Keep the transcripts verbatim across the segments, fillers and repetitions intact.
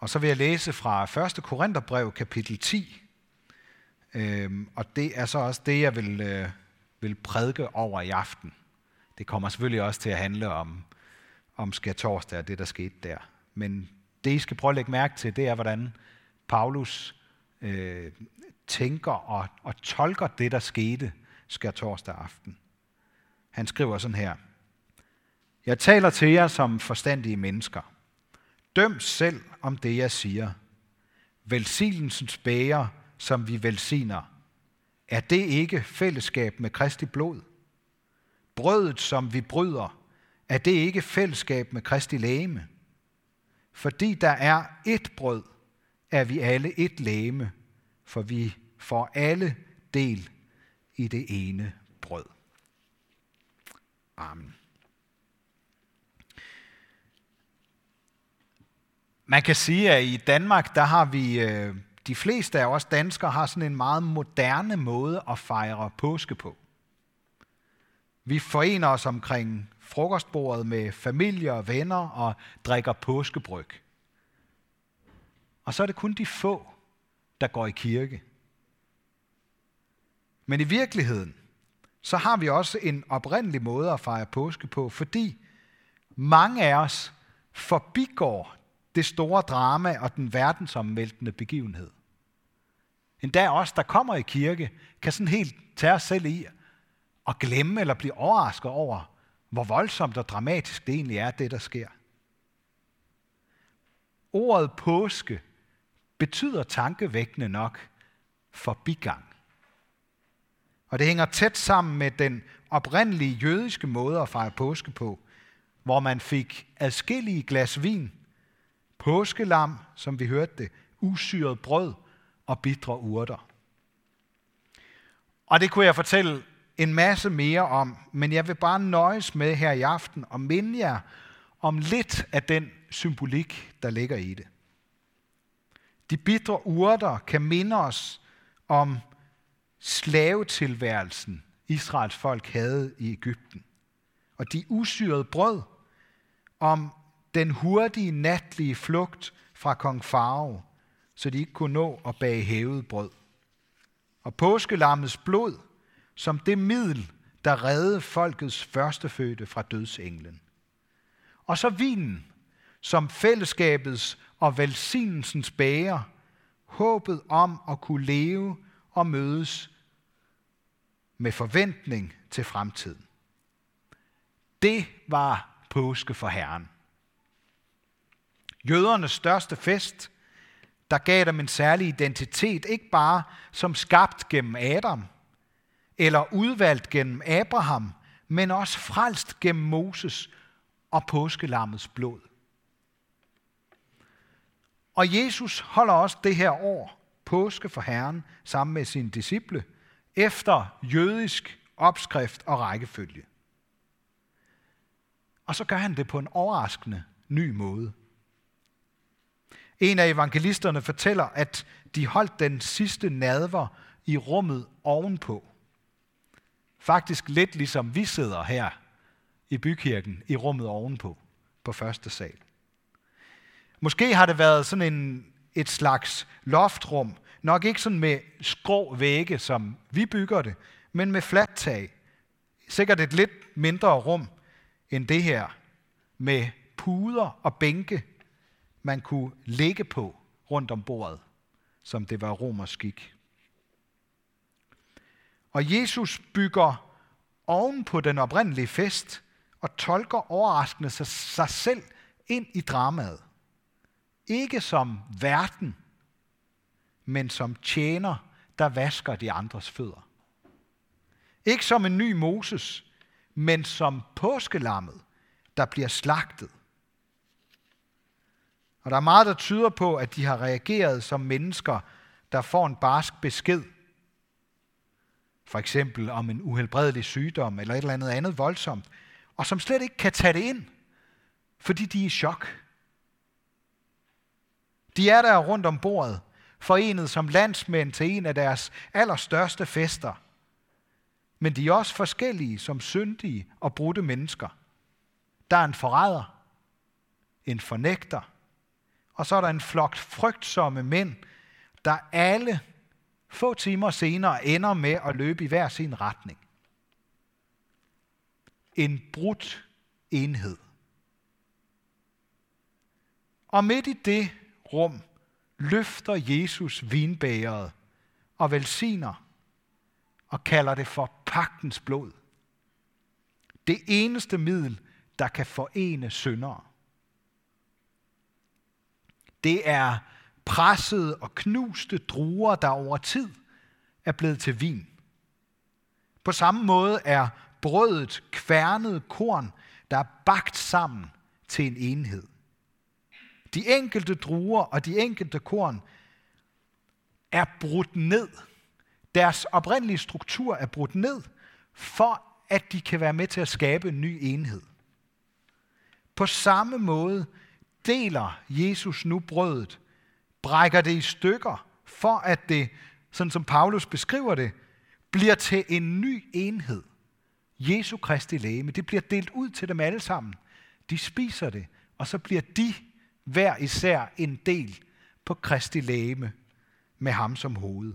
Og så vil jeg læse fra første Korintherbrev, kapitel ti. Øhm, og det er så også det, jeg vil, øh, vil prædike over i aften. Det kommer selvfølgelig også til at handle om, om skærtorsdag og det, der skete der. Men det, I skal prøve at lægge mærke til, det er, hvordan Paulus øh, tænker og, og tolker det, der skete skærtorsdag aften. Han skriver sådan her: Jeg taler til jer som forstandige mennesker. Døm selv om det, jeg siger. Velsignelsens bæger, som vi velsigner, er det ikke fællesskab med Kristi blod? Brødet, som vi bryder, er det ikke fællesskab med Kristi legeme? Fordi der er ét brød, er vi alle ét legeme, for vi får alle del i det ene brød. Amen. Man kan sige, at i Danmark, der har vi, de fleste af os danskere har sådan en meget moderne måde at fejre påske på. Vi forener os omkring frokostbordet med familie og venner og drikker påskebryg. Og så er det kun de få, der går i kirke. Men i virkeligheden, så har vi også en oprindelig måde at fejre påske på, fordi mange af os forbigår det store drama og den verdensomvæltende begivenhed. Endda os, der kommer i kirke, kan sådan helt tage os selv i at glemme eller blive overrasket over, hvor voldsomt og dramatisk det egentlig er, det der sker. Ordet påske betyder tankevækkende nok forbigang. Og det hænger tæt sammen med den oprindelige jødiske måde at fejre påske på, hvor man fik adskillige glas vin, påskelam, som vi hørte det, usyret brød og bitre urter. Og det kunne jeg fortælle en masse mere om, men jeg vil bare nøjes med her i aften og minde jer om lidt af den symbolik, der ligger i det. De bitre urter kan minde os om slavetilværelsen, Israels folk havde i Egypten. Og de usyrede brød om den hurtige natlige flugt fra kong Farao, så de ikke kunne nå at bage hævet brød. Og påskelammets blod som det middel, der reddede folkets førstefødte fra dødsenglen. Og så vinen som fællesskabets og velsignelsens bæger, håbet om at kunne leve og mødes med forventning til fremtiden. Det var påske for Herren. Jødernes største fest, der gav dem en særlig identitet, ikke bare som skabt gennem Adam, eller udvalgt gennem Abraham, men også frelst gennem Moses og påskelammets blod. Og Jesus holder også det her år, påske for Herren, sammen med sine disciple, efter jødisk opskrift og rækkefølge. Og så gør han det på en overraskende ny måde. En af evangelisterne fortæller, at de holdt den sidste nadver i rummet ovenpå. Faktisk lidt ligesom vi sidder her i bykirken i rummet ovenpå, på første sal. Måske har det været sådan en, et slags loftrum, nok ikke sådan med skrå vægge, som vi bygger det, men med fladt tag. Sikkert et lidt mindre rum end det her, med puder og bænke, man kunne ligge på rundt om bordet, som det var romersk skik. Og Jesus bygger oven på den oprindelige fest og tolker overraskende sig, sig selv ind i dramaet. Ikke som verden, men som tjener, der vasker de andres fødder. Ikke som en ny Moses, men som påskelammet, der bliver slagtet. Og der er meget, der tyder på, at de har reageret som mennesker, der får en barsk besked. For eksempel om en uhelbredelig sygdom eller et eller andet andet voldsomt, og som slet ikke kan tage det ind, fordi de er i chok. De er der rundt om bordet, forenet som landsmænd til en af deres allerstørste fester. Men de er også forskellige som syndige og brudte mennesker. Der er en forræder, en fornægter og så er der en flok frygtsomme mænd, der alle få timer senere ender med at løbe i hver sin retning. En brudt enhed. Og midt i det rum løfter Jesus vinbægeret og velsigner og kalder det for pagtens blod. Det eneste middel, der kan forene syndere. Det er pressede og knuste druer, der over tid er blevet til vin. På samme måde er brødet kværnet korn, der er bagt sammen til en enhed. De enkelte druer og de enkelte korn er brudt ned. Deres oprindelige struktur er brudt ned, for at de kan være med til at skabe en ny enhed. På samme måde deler Jesus nu brødet, brækker det i stykker, for at det, sådan som Paulus beskriver det, bliver til en ny enhed. Jesu Kristi legeme, det bliver delt ud til dem alle sammen. De spiser det, og så bliver de hver især en del på Kristi legeme med ham som hoved.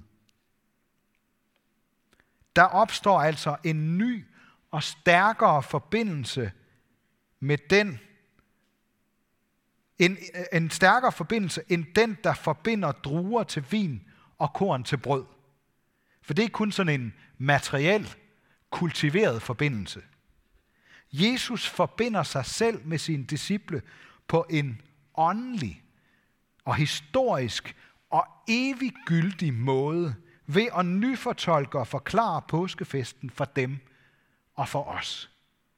Der opstår altså en ny og stærkere forbindelse med den, en, en stærkere forbindelse end den, der forbinder druer til vin og korn til brød. For det er kun sådan en materiel, kultiveret forbindelse. Jesus forbinder sig selv med sine disciple på en åndelig og historisk og eviggyldig måde ved at nyfortolke og forklare påskefesten for dem og for os.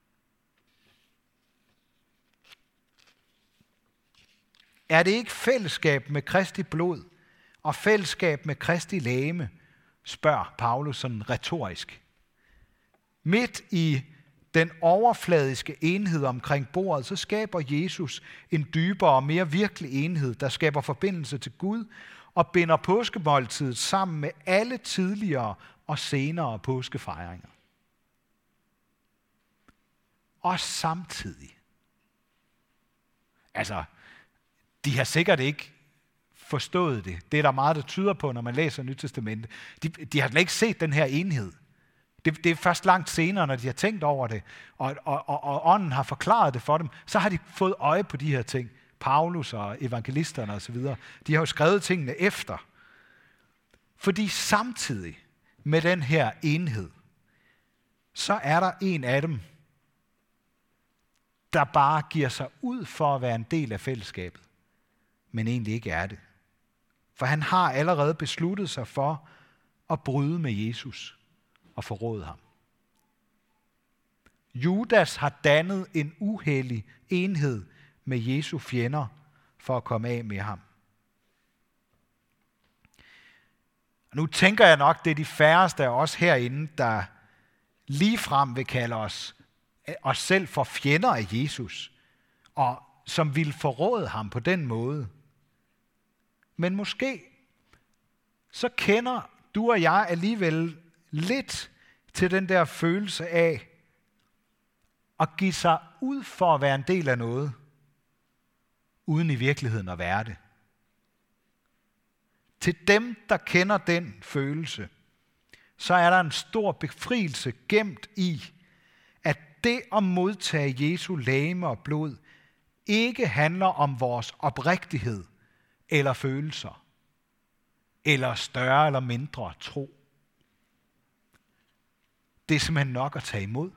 Er det ikke fællesskab med Kristi blod og fællesskab med Kristi legeme, spørger Paulus sådan retorisk. Midt i den overfladiske enhed omkring bordet, så skaber Jesus en dybere og mere virkelig enhed, der skaber forbindelse til Gud og binder påskemåltidet sammen med alle tidligere og senere påskefejringer. Og samtidig, altså, de har sikkert ikke forstået det. Det er der meget, der tyder på, når man læser Nyt Testamente. De, de har slet ikke set den her enhed. Det, det er først langt senere, når de har tænkt over det, og, og, og, og ånden har forklaret det for dem, så har de fået øje på de her ting. Paulus og evangelisterne osv. De har jo skrevet tingene efter. Fordi samtidig med den her enhed, så er der en af dem, der bare giver sig ud for at være en del af fællesskabet, men egentlig ikke er det. For han har allerede besluttet sig for at bryde med Jesus og forråde ham. Judas har dannet en uhellig enhed med Jesu fjender for at komme af med ham. Nu tænker jeg nok, det er de færreste af os herinde, der ligefrem vil kalde os, os selv for fjender af Jesus, og som vil forråde ham på den måde. Men måske så kender du og jeg alligevel lidt til den der følelse af at give sig ud for at være en del af noget, uden i virkeligheden at være det. Til dem, der kender den følelse, så er der en stor befrielse gemt i, at det at modtage Jesu legeme og blod ikke handler om vores oprigtighed eller følelser, eller større eller mindre tro. Det er simpelthen nok at tage imod.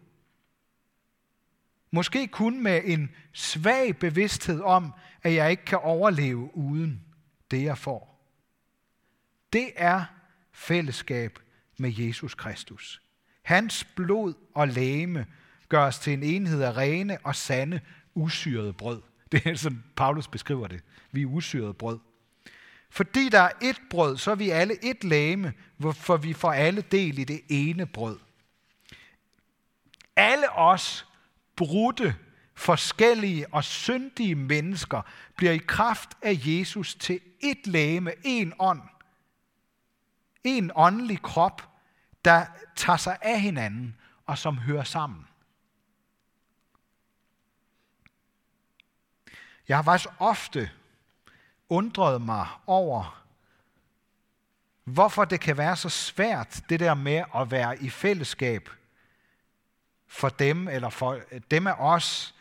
Måske kun med en svag bevidsthed om, at jeg ikke kan overleve uden det, jeg får. Det er fællesskab med Jesus Kristus. Hans blod og legeme gør os til en enhed af rene og sande, usyrede brød. Det er sådan, Paulus beskriver det. Vi er usyrede brød. Fordi der er ét brød, så er vi alle ét legeme, hvorfor vi får alle del i det ene brød. Alle os brudte, forskellige og syndige mennesker bliver i kraft af Jesus til ét legeme, én ånd. En åndelig krop, der tager sig af hinanden og som hører sammen. Jeg har faktisk ofte undrede mig over, hvorfor det kan være så svært, det der med at være i fællesskab for dem, eller for dem af os,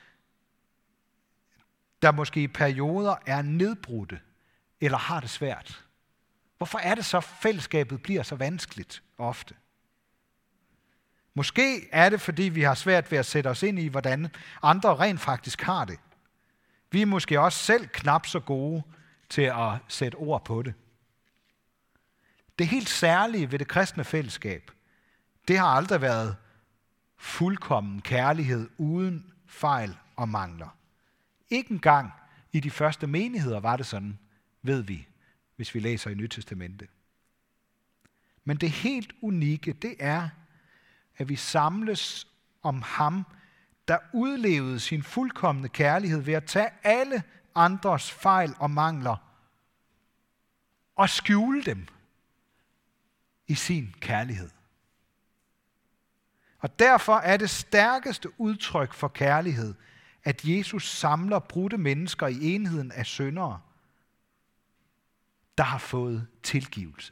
der måske i perioder er nedbrudte, eller har det svært. Hvorfor er det så, at fællesskabet bliver så vanskeligt ofte? Måske er det, fordi vi har svært ved at sætte os ind i, hvordan andre rent faktisk har det. Vi er måske også selv knap så gode til at sætte ord på det. Det helt særlige ved det kristne fællesskab, det har aldrig været fuldkommen kærlighed uden fejl og mangler. Ikke engang i de første menigheder var det sådan, ved vi, hvis vi læser i Nyt Testamente. Men det helt unikke, det er, at vi samles om ham, der udlevede sin fuldkomne kærlighed ved at tage alle andres fejl og mangler og skjule dem i sin kærlighed. Og derfor er det stærkeste udtryk for kærlighed, at Jesus samler brudte mennesker i enheden af syndere, der har fået tilgivelse.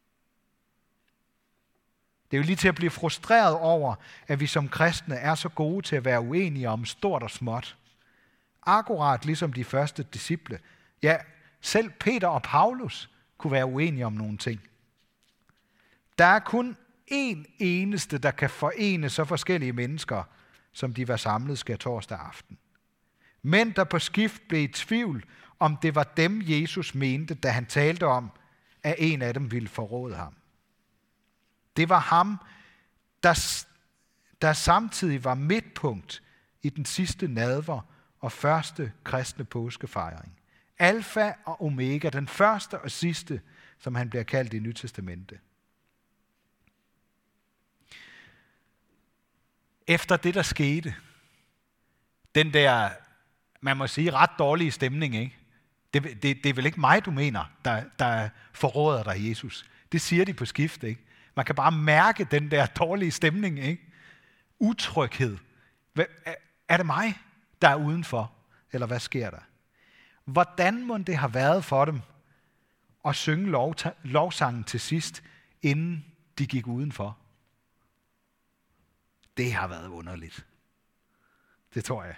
Det er jo lige til at blive frustreret over, at vi som kristne er så gode til at være uenige om stort og småt. Akkurat ligesom de første disciple. Ja, selv Peter og Paulus kunne være uenige om nogle ting. Der er kun én eneste, der kan forene så forskellige mennesker, som de var samlet skærtorsdag aften. Men der på skift blev i tvivl, om det var dem, Jesus mente, da han talte om, at en af dem ville forråde ham. Det var ham, der, der samtidig var midtpunkt i den sidste nadver og første kristne påskefejring. Alfa og omega, den første og sidste, som han bliver kaldt i Nyt Testamente. Efter det, der skete, den der, man må sige, ret dårlige stemning, ikke? Det, det, det er vel ikke mig, du mener, der, der forråder dig, Jesus. Det siger de på skift, ikke? Man kan bare mærke den der dårlige stemning, ikke? Utryghed. Er det mig, der er udenfor? Eller hvad sker der? Hvordan må det have været for dem at synge lov, lovsangen til sidst, inden de gik udenfor? Det har været underligt. Det tror jeg.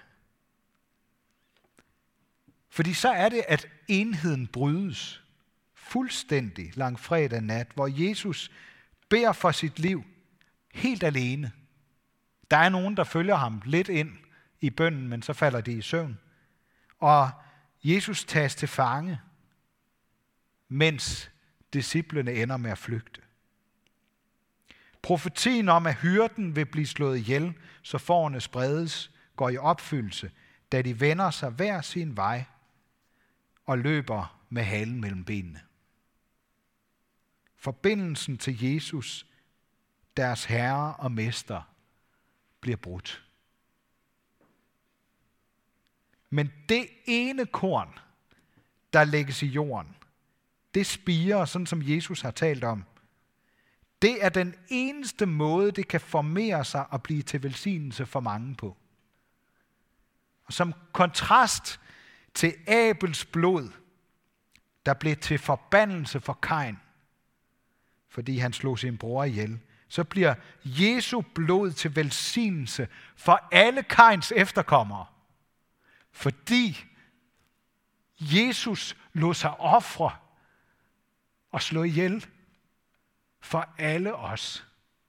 Fordi så er det, at enheden brydes fuldstændig langfredag nat, hvor Jesus beder for sit liv helt alene. Der er nogen, der følger ham lidt ind i bønnen, men så falder de i søvn. Og Jesus tages til fange, mens disciplene ender med at flygte. Profetien om, at hyrden vil blive slået ihjel, så fårene spredes, går i opfyldelse, da de vender sig hver sin vej og løber med halen mellem benene. Forbindelsen til Jesus, deres herre og mester, bliver brudt. Men det ene korn, der lægges i jorden, det spirer, sådan som Jesus har talt om. Det er den eneste måde, det kan formere sig og blive til velsignelse for mange på. Og som kontrast til Abels blod, der blev til forbandelse for Kain, fordi han slog sin bror ihjel, så bliver Jesu blod til velsignelse for alle Kains efterkommere. Fordi Jesus lod sig ofre og slå ihjel for alle os.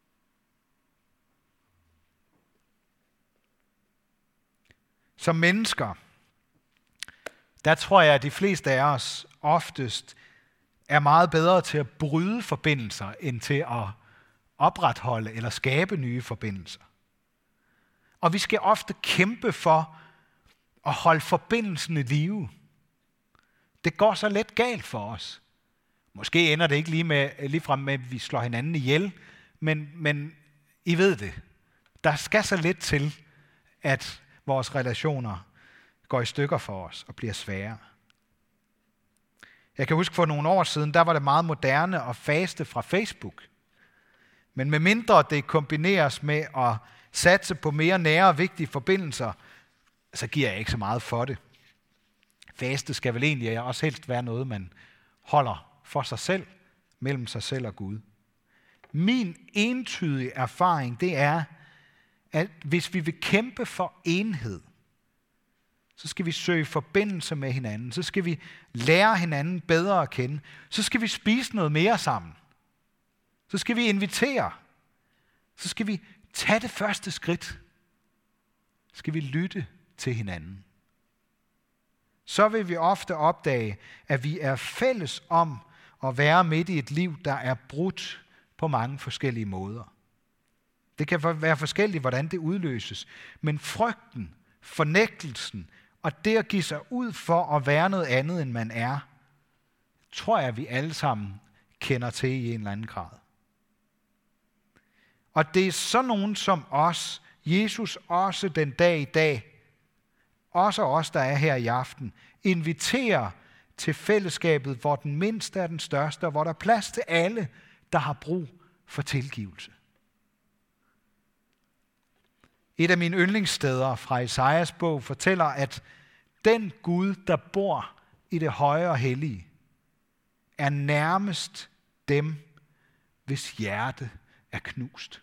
Som mennesker, der tror jeg, at de fleste af os oftest er meget bedre til at bryde forbindelser, end til at opretholde eller skabe nye forbindelser. Og vi skal ofte kæmpe for at holde forbindelsen i live. Det går så let galt for os. Måske ender det ikke lige, med, lige frem med, at vi slår hinanden ihjel, men, men I ved det. Der skal så lidt til, at vores relationer går i stykker for os og bliver svære. Jeg kan huske for nogle år siden, der var det meget moderne at faste fra Facebook. Men med mindre det kombineres med at satse på mere nære og vigtige forbindelser, så giver jeg ikke så meget for det. Faste skal vel egentlig også helst være noget, man holder for sig selv, mellem sig selv og Gud. Min entydige erfaring, det er, at hvis vi vil kæmpe for enhed, så skal vi søge forbindelse med hinanden, så skal vi lære hinanden bedre at kende, så skal vi spise noget mere sammen, så skal vi invitere, så skal vi tage det første skridt, så skal vi lytte til hinanden. Så vil vi ofte opdage, at vi er fælles om at være midt i et liv, der er brudt på mange forskellige måder. Det kan være forskelligt, hvordan det udløses, men frygten, fornægtelsen og det at give sig ud for at være noget andet, end man er, tror jeg, vi alle sammen kender til i en eller anden grad. Og det er sådan nogen som os, Jesus også den dag i dag, også os, der er her i aften, inviterer til fællesskabet, hvor den mindste er den største, og hvor der er plads til alle, der har brug for tilgivelse. Et af mine yndlingssteder fra Esajas bog fortæller, at den Gud, der bor i det høje og hellige, er nærmest dem, hvis hjerte er knust.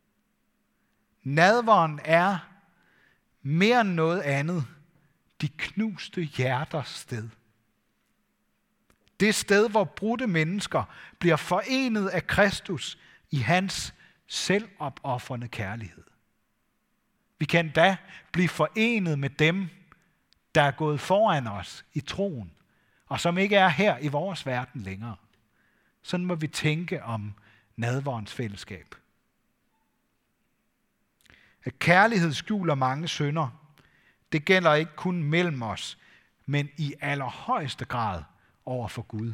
Nadveren er mere end noget andet de knuste hjerters sted. Det sted, hvor brudte mennesker bliver forenet af Kristus i hans selvopofrende kærlighed. Vi kan da blive forenet med dem, der er gået foran os i troen, og som ikke er her i vores verden længere. Sådan må vi tænke om nadverens fællesskab. At kærlighed skjuler mange synder, det gælder ikke kun mellem os, men i allerhøjeste grad over for Gud.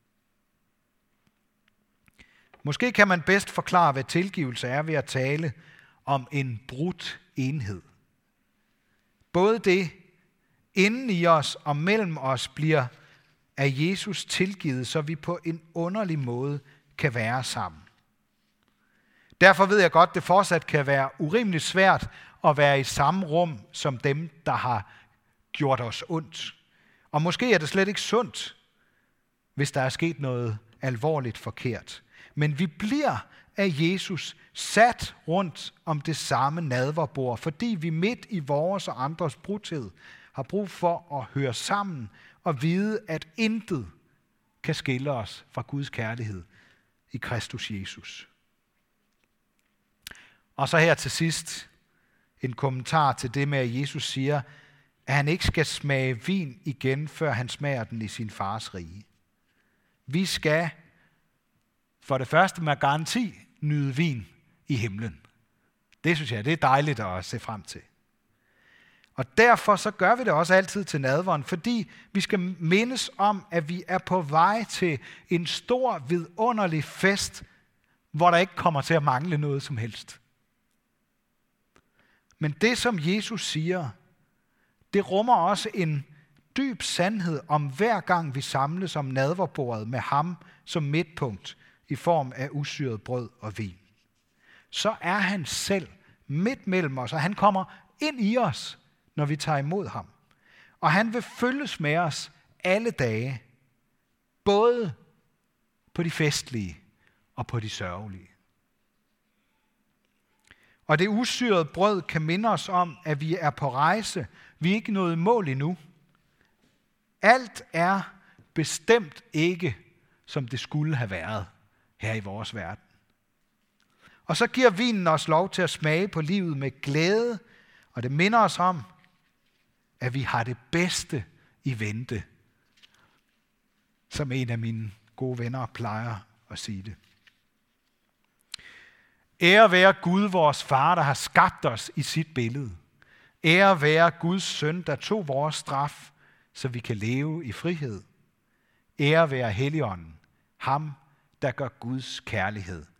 Måske kan man bedst forklare, hvad tilgivelse er ved at tale om en brudt enhed. Både det inden i os og mellem os bliver af Jesus tilgivet, så vi på en underlig måde kan være sammen. Derfor ved jeg godt, at det fortsat kan være urimeligt svært at være i samme rum som dem, der har gjort os ondt. Og måske er det slet ikke sundt, hvis der er sket noget alvorligt forkert. Men vi bliver af Jesus sat rundt om det samme nadverbord, fordi vi midt i vores og andres brudthed har brug for at høre sammen og vide, at intet kan skille os fra Guds kærlighed i Kristus Jesus. Og så her til sidst en kommentar til det med, at Jesus siger, at han ikke skal smage vin igen, før han smager den i sin fars rige. Vi skal for det første med garanti nyde vin i himlen. Det synes jeg, det er dejligt at se frem til. Og derfor så gør vi det også altid til nadveren, fordi vi skal mindes om, at vi er på vej til en stor, vidunderlig fest, hvor der ikke kommer til at mangle noget som helst. Men det, som Jesus siger, det rummer også en dyb sandhed om hver gang vi samles om nadverbordet med ham som midtpunkt i form af usyret brød og vin. Så er han selv midt mellem os, og han kommer ind i os, når vi tager imod ham. Og han vil følges med os alle dage, både på de festlige og på de sørgelige. Og det usyrede brød kan minde os om, at vi er på rejse. Vi er ikke nået i mål endnu. Alt er bestemt ikke, som det skulle have været her i vores verden. Og så giver vinen os lov til at smage på livet med glæde, og det minder os om, at vi har det bedste i vente, som en af mine gode venner plejer at sige det. Ære være Gud, vores far, der har skabt os i sit billede. Ære være Guds søn, der tog vores straf, så vi kan leve i frihed. Ære være Helligånden, ham, der gør Guds kærlighed